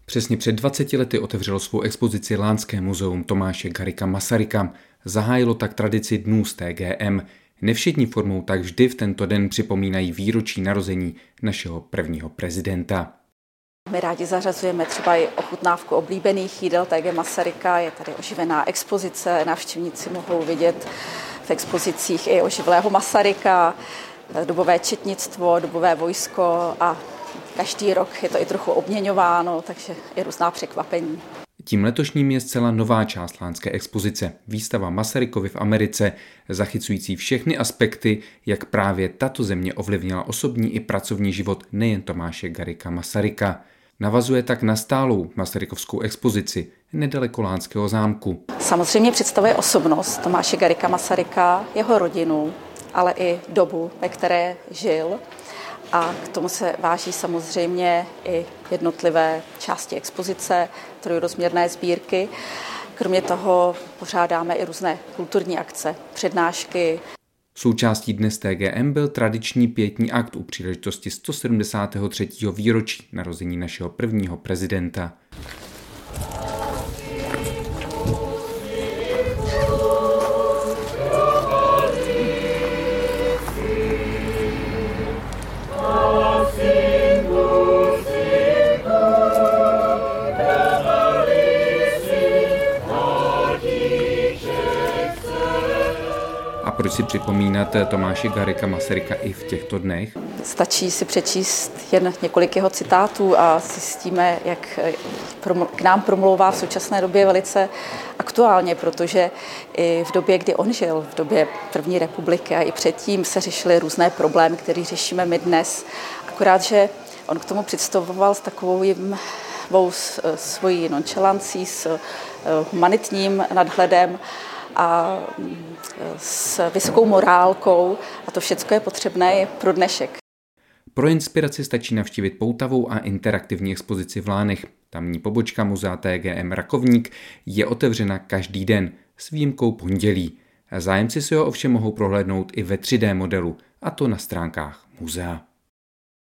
Přesně před 20 lety otevřelo svou expozici Lánské muzeum Tomáše Garrigua Masaryka. Zahájilo tak tradici Dnů z TGM. Nevšední formou tak vždy v tento den připomínají výročí narození našeho prvního prezidenta. My rádi zařazujeme třeba i ochutnávku oblíbených jídel TG Masaryka, je tady oživená expozice, návštěvníci mohou vidět v expozicích i oživlého Masaryka, dobové četnictvo, dobové vojsko a každý rok je to i trochu obměňováno, takže je různá překvapení. Tím letošním je zcela nová část Lánské expozice, výstava Masarykovi v Americe, zachycující všechny aspekty, jak právě tato země ovlivnila osobní i pracovní život nejen Tomáše Garrigua Masaryka. Navazuje tak na stálou masarykovskou expozici nedaleko Lánského zámku. Samozřejmě představuje osobnost Tomáše Garrigua Masaryka, jeho rodinu, ale i dobu, ve které žil. A k tomu se váží samozřejmě i jednotlivé části expozice, trojrozměrné sbírky. Kromě toho pořádáme i různé kulturní akce, přednášky. Součástí Dnes TGM byl tradiční pietní akt u příležitosti 173. výročí narození našeho prvního prezidenta. A proč si připomínat Tomáše Garrigua Masaryka i v těchto dnech? Stačí si přečíst jen několik jeho citátů a zjistíme, jak k nám promlouvá v současné době velice aktuálně, protože i v době, kdy on žil, v době první republiky a i předtím se řešily různé problémy, které řešíme my dnes. Akorát, že on k tomu představoval s takovou svojí nonchalancí, s humanitním nadhledem a s vysokou morálkou a to všechno je potřebné pro dnešek. Pro inspiraci stačí navštívit poutavou a interaktivní expozici v Lánech. Tamní pobočka muzea TGM Rakovník je otevřena každý den s výjimkou pondělí. Zájemci si ho ovšem mohou prohlédnout i ve 3D modelu, a to na stránkách muzea.